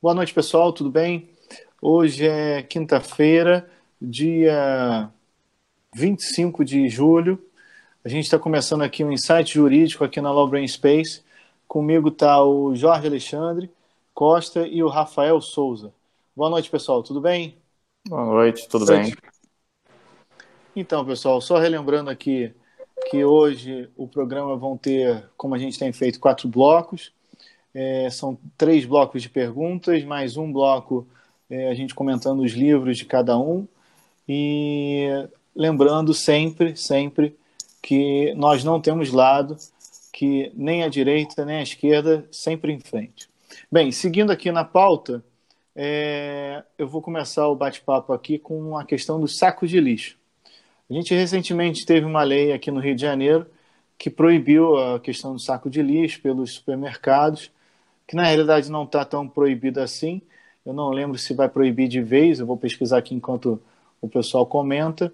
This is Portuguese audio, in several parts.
Boa noite, pessoal, tudo bem? Hoje é quinta-feira, dia 25 de julho. A gente está começando aqui um insight jurídico aqui na Law Brain Space. Comigo está o Jorge Alexandre Costa e o Rafael Souza. Boa noite, pessoal, tudo bem? Boa noite, tudo Boa bem? noite. Então, pessoal, só relembrando aqui que hoje o programa vão ter, como a gente tem feito, 4 blocos. São 3 blocos de perguntas, mais um bloco a gente comentando os livros de cada um. E lembrando sempre que nós não temos lado, que nem a direita nem a esquerda, sempre em frente. Bem, seguindo aqui na pauta, eu vou começar o bate-papo aqui com a questão dos sacos de lixo. A gente recentemente teve uma lei aqui no Rio de Janeiro que proibiu a questão do saco de lixo pelos supermercados, que na realidade não está tão proibido assim. Eu não lembro se vai proibir de vez, eu vou pesquisar aqui enquanto o pessoal comenta,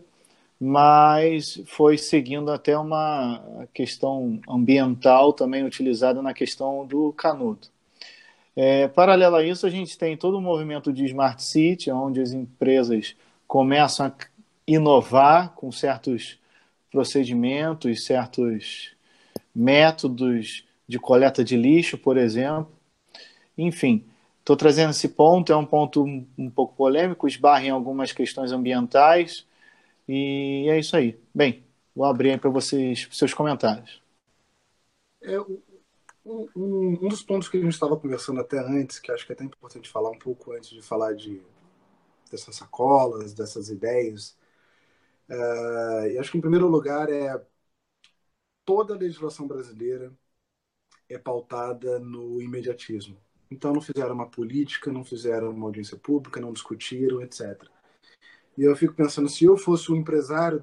mas foi seguindo até uma questão ambiental também utilizada na questão do canudo. Paralelo a isso, a gente tem todo o movimento de Smart City, onde as empresas começam a inovar com certos procedimentos, certos métodos de coleta de lixo, por exemplo. Enfim, estou trazendo esse ponto, é um ponto um pouco polêmico, esbarra em algumas questões ambientais, e é isso aí. Bem, vou abrir aí para vocês, seus comentários. É, um dos pontos que a gente estava conversando até antes, que acho que é até importante falar um pouco antes de falar dessas sacolas, dessas ideias, e acho que em primeiro lugar toda a legislação brasileira é pautada no imediatismo. Então não fizeram uma política, não fizeram uma audiência pública, não discutiram, etc. E eu fico pensando, se eu fosse o empresário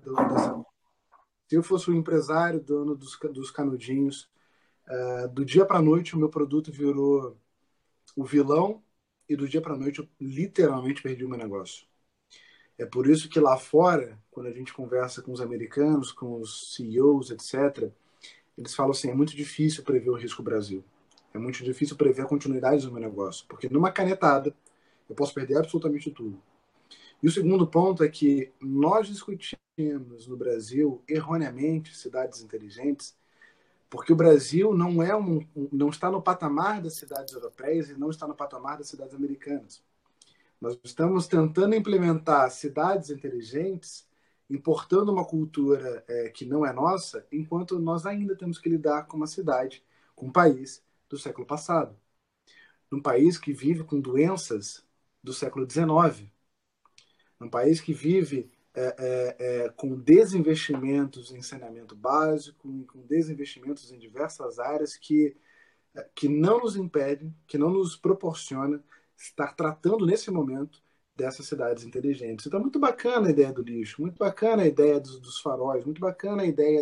se eu fosse o empresário dono dos canudinhos, do dia para a noite o meu produto virou o vilão e do dia para a noite eu literalmente perdi o meu negócio. É por isso que lá fora, quando a gente conversa com os americanos, com os CEOs, etc., eles falam assim, é muito difícil prever o risco Brasil. É muito difícil prever a continuidade do meu negócio, porque numa canetada eu posso perder absolutamente tudo. E o segundo ponto é que nós discutimos no Brasil, erroneamente, cidades inteligentes, porque o Brasil não está no patamar das cidades europeias e não está no patamar das cidades americanas. Nós estamos tentando implementar cidades inteligentes, importando uma cultura que não é nossa, enquanto nós ainda temos que lidar com uma cidade, com um país do século passado. Um país que vive com doenças do século XIX. Um país que vive com desinvestimentos em saneamento básico, com desinvestimentos em diversas áreas que não nos impedem, que não nos proporciona estar tratando nesse momento dessas cidades inteligentes. Então, muito bacana a ideia do lixo, muito bacana a ideia dos faróis, muito bacana a ideia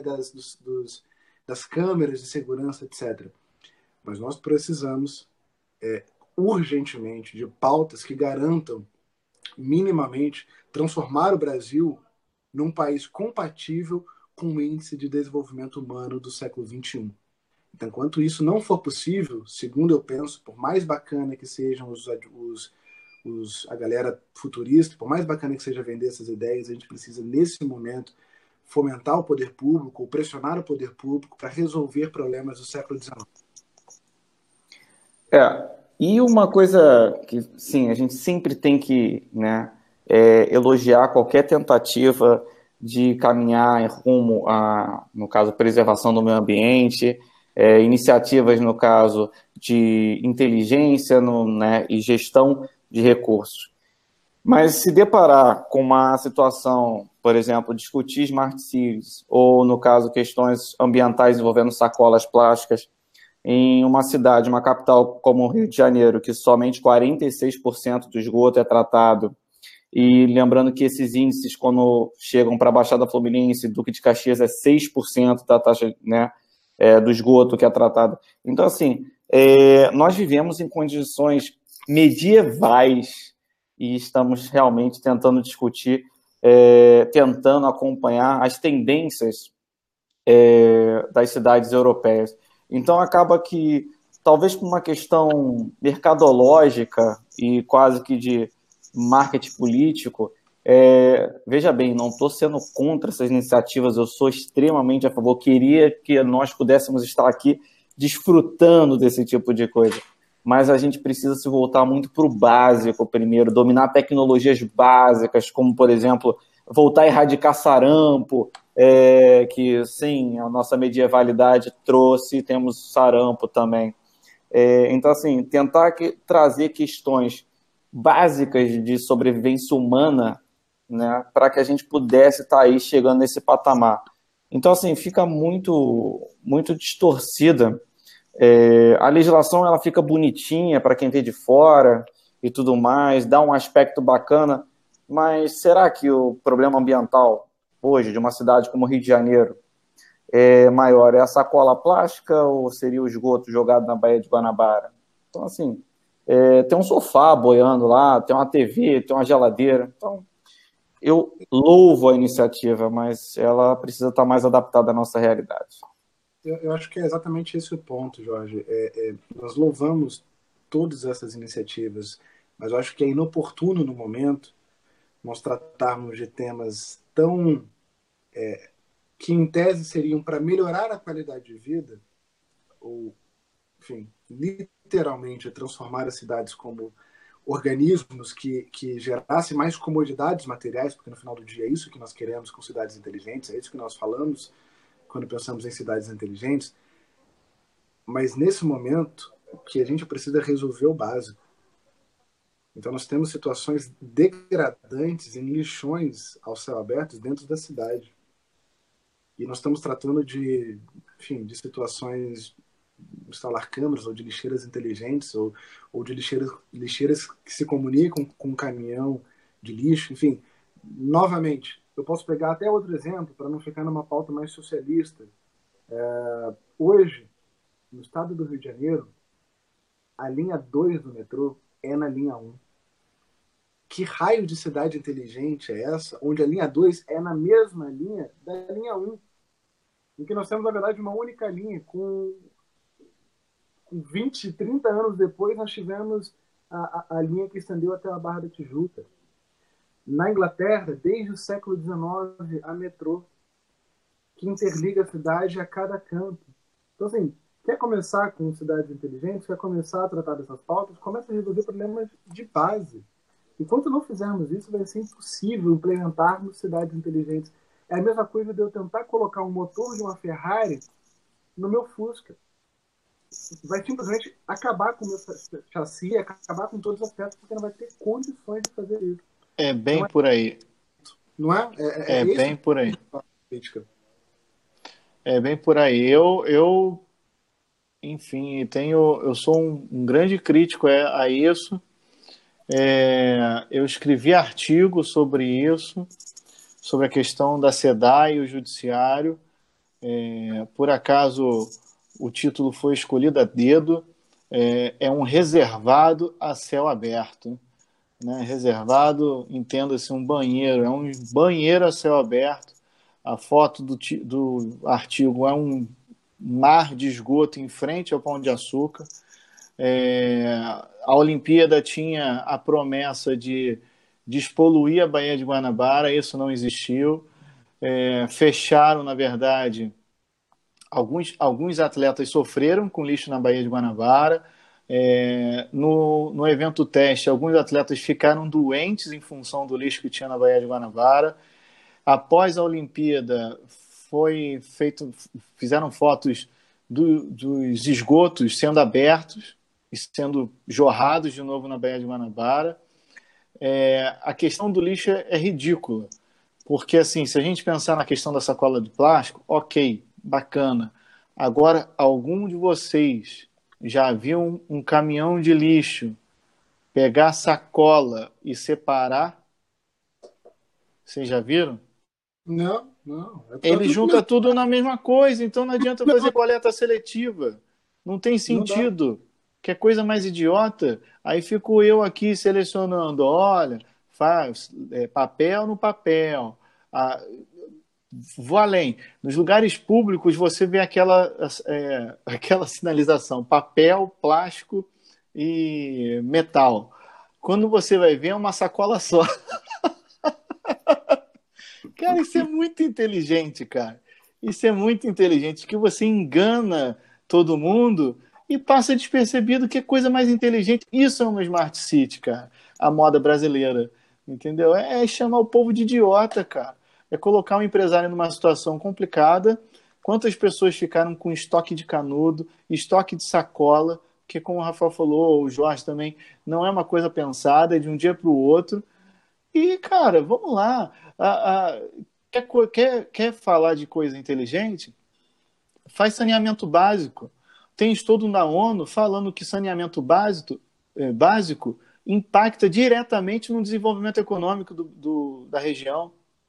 das câmeras de segurança, etc. Mas nós precisamos urgentemente de pautas que garantam minimamente transformar o Brasil num país compatível com o índice de desenvolvimento humano do século XXI. Então, enquanto isso não for possível, segundo eu penso, por mais bacana que sejam a galera futurista, por mais bacana que seja vender essas ideias, a gente precisa, nesse momento, fomentar o poder público, ou pressionar o poder público para resolver problemas do século XIX. E uma coisa que, sim, a gente sempre tem que, né, elogiar qualquer tentativa de caminhar em rumo a, no caso, preservação do meio ambiente, iniciativas, no caso, de inteligência né, e gestão de recursos. Mas se deparar com uma situação, por exemplo, discutir smart cities, ou, no caso, questões ambientais envolvendo sacolas plásticas, em uma cidade, uma capital como o Rio de Janeiro, que somente 46% do esgoto é tratado, e lembrando que esses índices, quando chegam para a Baixada Fluminense, Duque de Caxias, é 6% da taxa, né, do esgoto que é tratado. Então, assim, nós vivemos em condições medievais e estamos realmente tentando discutir, tentando acompanhar as tendências das cidades europeias. Então, acaba que talvez por uma questão mercadológica e quase que de marketing político, veja bem, não estou sendo contra essas iniciativas, eu sou extremamente a favor, queria que nós pudéssemos estar aqui desfrutando desse tipo de coisa, mas a gente precisa se voltar muito para o básico primeiro, dominar tecnologias básicas, como, por exemplo, voltar a erradicar sarampo, que, sim, a nossa medievalidade trouxe, temos sarampo também. Então, assim, tentar trazer questões básicas de sobrevivência humana, né, para que a gente pudesse estar aí chegando nesse patamar. Então, assim, fica muito, muito distorcida. A legislação ela fica bonitinha para quem vê de fora e tudo mais, dá um aspecto bacana, mas será que o problema ambiental hoje de uma cidade como Rio de Janeiro é maior? É a sacola plástica ou seria o esgoto jogado na Baía de Guanabara? Então, assim, tem um sofá boiando lá, tem uma TV, tem uma geladeira. Então, eu louvo a iniciativa, mas ela precisa estar mais adaptada à nossa realidade. Eu acho que é exatamente esse o ponto, Jorge. Nós louvamos todas essas iniciativas, mas eu acho que é inoportuno no momento nós tratarmos de temas tão que em tese seriam para melhorar a qualidade de vida, ou, enfim, literalmente transformar as cidades como organismos que gerassem mais comodidades materiais, porque no final do dia é isso que nós queremos com cidades inteligentes, é isso que nós falamos quando pensamos em cidades inteligentes. Mas nesse momento, o que a gente precisa resolver é o básico. Então nós temos situações degradantes em lixões ao céu aberto dentro da cidade. E nós estamos tratando de situações de instalar câmeras ou de lixeiras inteligentes ou de lixeiras que se comunicam com um caminhão de lixo, enfim. Novamente, eu posso pegar até outro exemplo para não ficar numa pauta mais socialista. Hoje, no estado do Rio de Janeiro, a linha 2 do metrô é na linha 1. Que raio de cidade inteligente é essa, onde a linha 2 é na mesma linha da linha 1? Em que nós temos, na verdade, uma única linha. Com 20, 30 anos depois, nós tivemos a linha que estendeu até a Barra da Tijuca. Na Inglaterra, desde o século XIX, há metrô, que interliga a cidade a cada canto. Então, assim, quer começar com cidades inteligentes, quer começar a tratar dessas pautas, começa a resolver problemas de base. Enquanto não fizermos isso, vai ser impossível implementarmos cidades inteligentes. É a mesma coisa de eu tentar colocar um motor de uma Ferrari no meu Fusca. Vai simplesmente acabar com o meu chassi, acabar com todos os aspectos, porque não vai ter condições de fazer isso. É bem por aí. Não é? É bem por aí. É bem por aí. Eu enfim, eu sou um grande crítico a isso. Eu escrevi artigo sobre isso, sobre a questão da SEDAI e o judiciário. Por acaso, o título foi escolhido a dedo. É um reservado a céu aberto. Né? Reservado, entenda-se, um banheiro. É um banheiro a céu aberto. A foto do artigo é um mar de esgoto em frente ao Pão de Açúcar. A Olimpíada tinha a promessa de despoluir a Baía de Guanabara, isso não existiu. Fecharam, na verdade, alguns atletas sofreram com lixo na Baía de Guanabara. No evento teste, alguns atletas ficaram doentes em função do lixo que tinha na Baía de Guanabara. Após a Olimpíada, fizeram fotos dos esgotos sendo abertos e sendo jorrados de novo na Baía de Guanabara. A questão do lixo é ridícula, porque assim, se a gente pensar na questão da sacola de plástico, ok, bacana. Agora, algum de vocês já viu um caminhão de lixo pegar a sacola e separar? Vocês já viram? Não. Ele junta tudo na mesma coisa, então não adianta fazer coleta seletiva. Não tem sentido. Que é coisa mais idiota. Aí fico eu aqui selecionando, olha, faz papel no papel, vou além. Nos lugares públicos você vê aquela sinalização, papel, plástico e metal. Quando você vai ver, é uma sacola só. Cara, isso é muito inteligente, cara. Isso é muito inteligente, que você engana todo mundo e passa despercebido. Que coisa mais inteligente. Isso é uma Smart City, cara. A moda brasileira, entendeu? É chamar o povo de idiota, cara. É colocar um empresário numa situação complicada. Quantas pessoas ficaram com estoque de canudo, estoque de sacola, que como o Rafael falou, o Jorge também, não é uma coisa pensada, é de um dia para o outro. E, cara, vamos lá. Quer falar de coisa inteligente? Faz saneamento básico. Tem estudo na ONU falando que saneamento básico impacta diretamente no desenvolvimento econômico da região.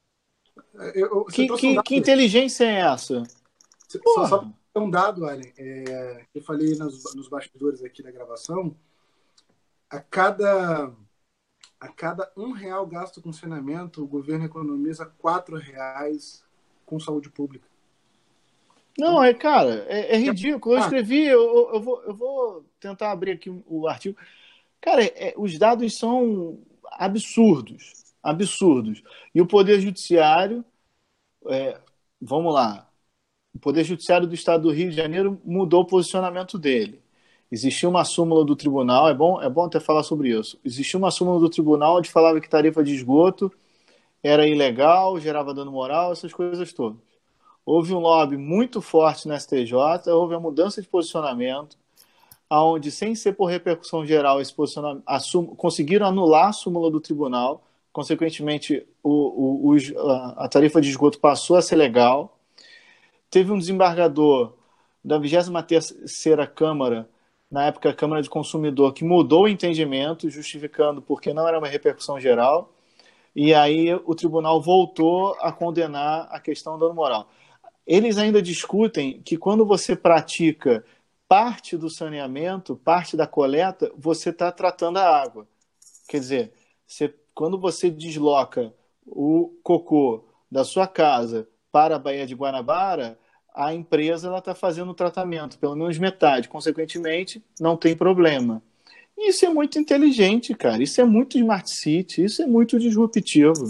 Que inteligência é essa? Só um dado, Allen. Eu falei nos bastidores aqui da gravação. A cada R$1 gasto com saneamento, o governo economiza R$4 com saúde pública. Não, cara, é ridículo. Eu escrevi, eu vou tentar abrir aqui o artigo. Cara, os dados são absurdos. Absurdos. E o Poder Judiciário, vamos lá, o Poder Judiciário do Estado do Rio de Janeiro mudou o posicionamento dele. Existia uma súmula do tribunal, é bom até falar sobre isso. Existia uma súmula do tribunal onde falava que tarifa de esgoto era ilegal, gerava dano moral, essas coisas todas. Houve um lobby muito forte na STJ, houve a mudança de posicionamento, onde, sem ser por repercussão geral, esse posicionamento, conseguiram anular a súmula do tribunal, consequentemente a tarifa de esgoto passou a ser legal. Teve um desembargador da 23ª Câmara, na época a Câmara de Consumidor, que mudou o entendimento, justificando porque não era uma repercussão geral, e aí o tribunal voltou a condenar a questão do dano moral. Eles ainda discutem que quando você pratica parte do saneamento, parte da coleta, você está tratando a água. Quer dizer, quando você desloca o cocô da sua casa para a Baía de Guanabara, a empresa está fazendo o tratamento, pelo menos metade. Consequentemente, não tem problema. E isso é muito inteligente, cara. Isso é muito Smart City. Isso é muito disruptivo.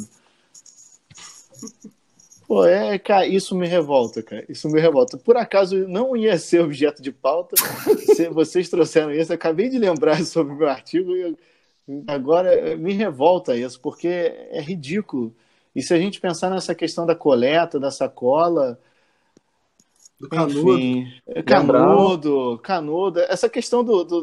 Pô, cara, isso me revolta, cara. Isso me revolta. Por acaso não ia ser objeto de pauta. Vocês trouxeram isso. Eu acabei de lembrar sobre o meu artigo e agora me revolta isso, porque é ridículo. E se a gente pensar nessa questão da coleta, da sacola, do canudo, enfim, canudo, essa questão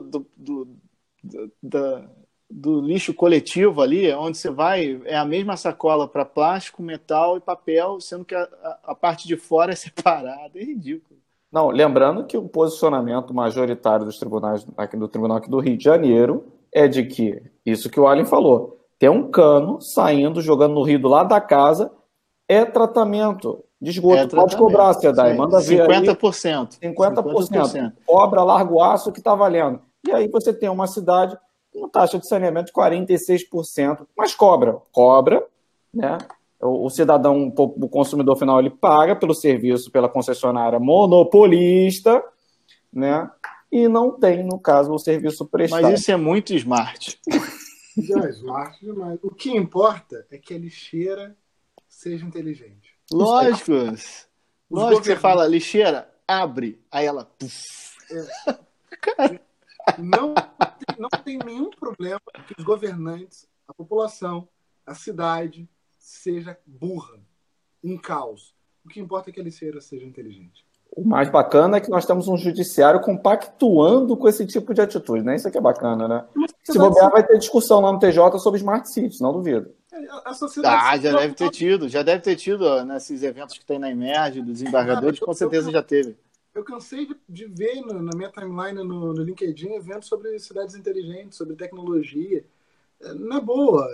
do lixo coletivo ali, onde você vai, é a mesma sacola para plástico, metal e papel, sendo que a parte de fora é separada. É ridículo. Não, lembrando que o posicionamento majoritário dos tribunais, do Tribunal aqui do Rio de Janeiro, é de que, isso que o Allen falou, tem um cano saindo, jogando no rio do lado da casa, é tratamento de esgoto. Pode cobrar, Sedai, manda ver 50%. Aí, 50%. Cobra, larga o aço que está valendo. E aí você tem uma cidade com taxa de saneamento de 46%, mas cobra, né? O cidadão, o consumidor final, ele paga pelo serviço pela concessionária monopolista, né? E não tem, no caso, o serviço prestado. Mas isso é muito smart. Já é smart demais. O que importa é que a lixeira seja inteligente. Lógico. Lógico que você fala, lixeira, abre. Aí ela... Cara... Não tem nenhum problema que os governantes, a população, a cidade seja burra, um caos. O que importa é que a lixeira seja inteligente. O mais bacana é que nós temos um judiciário compactuando com esse tipo de atitude, né? Isso aqui é bacana, né? Se bobear, vai ter discussão lá no TJ sobre Smart Cities, não duvido. Já deve ter tido ó, nesses eventos que tem na Emerge, dos desembargadores, com certeza já teve. Eu cansei de ver na minha timeline no LinkedIn eventos sobre cidades inteligentes, sobre tecnologia. Na boa,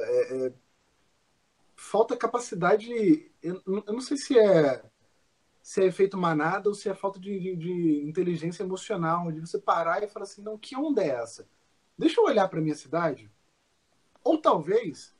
falta capacidade. Eu não sei se é efeito manada ou se é falta de inteligência emocional, de você parar e falar assim: não, que onda é essa? Deixa eu olhar para minha cidade. Ou talvez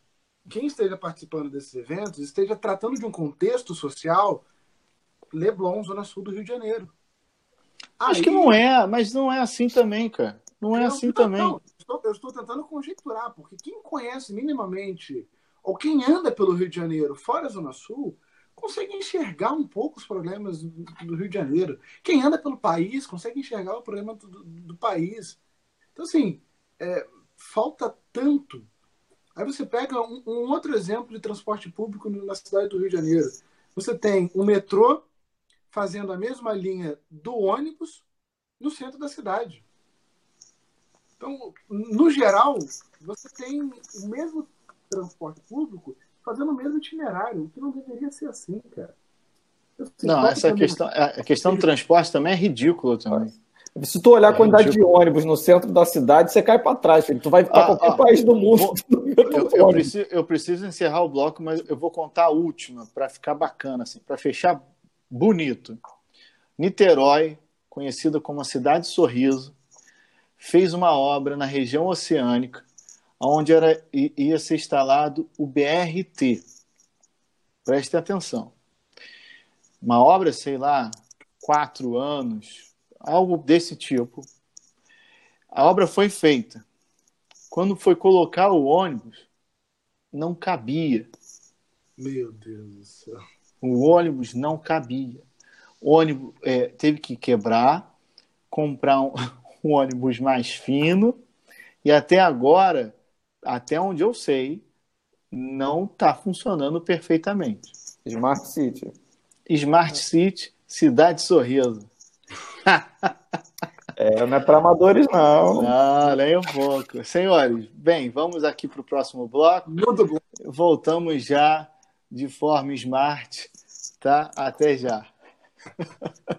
quem esteja participando desses eventos esteja tratando de um contexto social Leblon, Zona Sul do Rio de Janeiro. Acho que não é, mas não é assim também, cara. Não é assim também. Não, eu estou tentando conjecturar, porque quem conhece minimamente, ou quem anda pelo Rio de Janeiro, fora a Zona Sul, consegue enxergar um pouco os problemas do Rio de Janeiro. Quem anda pelo país consegue enxergar o problema do país. Então, assim, falta tanto. Aí você pega um outro exemplo de transporte público na cidade do Rio de Janeiro. Você tem o metrô fazendo a mesma linha do ônibus no centro da cidade. Então, no geral, você tem o mesmo transporte público fazendo o mesmo itinerário, o que não deveria ser assim, cara. Não, essa questão, a questão do transporte também é ridícula também. Se tu olhar a quantidade de ônibus no centro da cidade, você cai para trás, filho. Tu vai para qualquer país do mundo. Eu preciso encerrar o bloco, mas eu vou contar a última para ficar bacana, assim, para fechar bonito. Niterói, conhecida como a Cidade Sorriso, fez uma obra na região oceânica, onde ia ser instalado o BRT. Preste atenção. Uma obra, sei lá, 4 anos, algo desse tipo. A obra foi feita. Quando foi colocar o ônibus, não cabia. Meu Deus do céu. O ônibus não cabia. O ônibus teve que quebrar, comprar um ônibus mais fino, e até agora, até onde eu sei, não está funcionando perfeitamente. Smart City. Smart City, Cidade Sorriso. Não é para amadores, não. Não, nem um pouco. Senhores, bem, vamos aqui para o próximo bloco. Muito bom. Voltamos já de forma smart, tá? Até já.